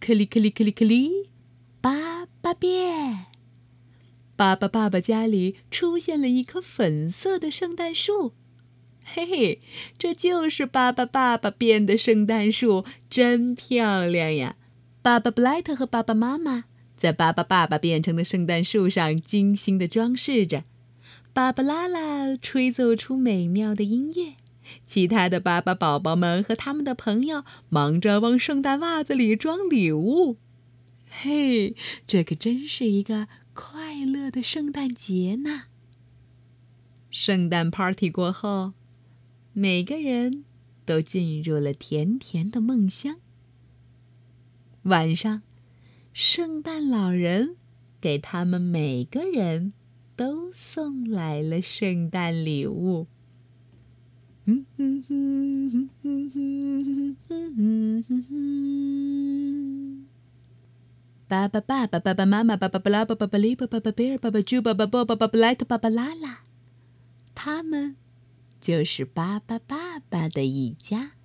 克里克里克里克里，巴巴变。巴巴爸爸家里出现了一棵粉色的圣诞树。嘿嘿，这就是巴巴爸爸变的圣诞树，真漂亮呀！巴巴布莱特和爸爸妈妈在巴巴爸爸变成的圣诞树上精心地装饰着。巴巴拉拉吹奏出美妙的音乐，其他的巴巴宝宝们和他们的朋友忙着往圣诞袜子里装礼物。嘿，这可真是一个快乐的圣诞节呢！圣诞 party 过后，每个人都进入了甜甜的梦乡。晚上，圣诞老人给他们每个人都送来了圣诞礼物。巴巴爸爸、爸爸妈妈、爸爸布拉、爸爸布里、爸爸贝尔、爸爸猪、爸爸波、爸爸布莱特、爸爸拉拉，他们就是巴巴爸爸的一家。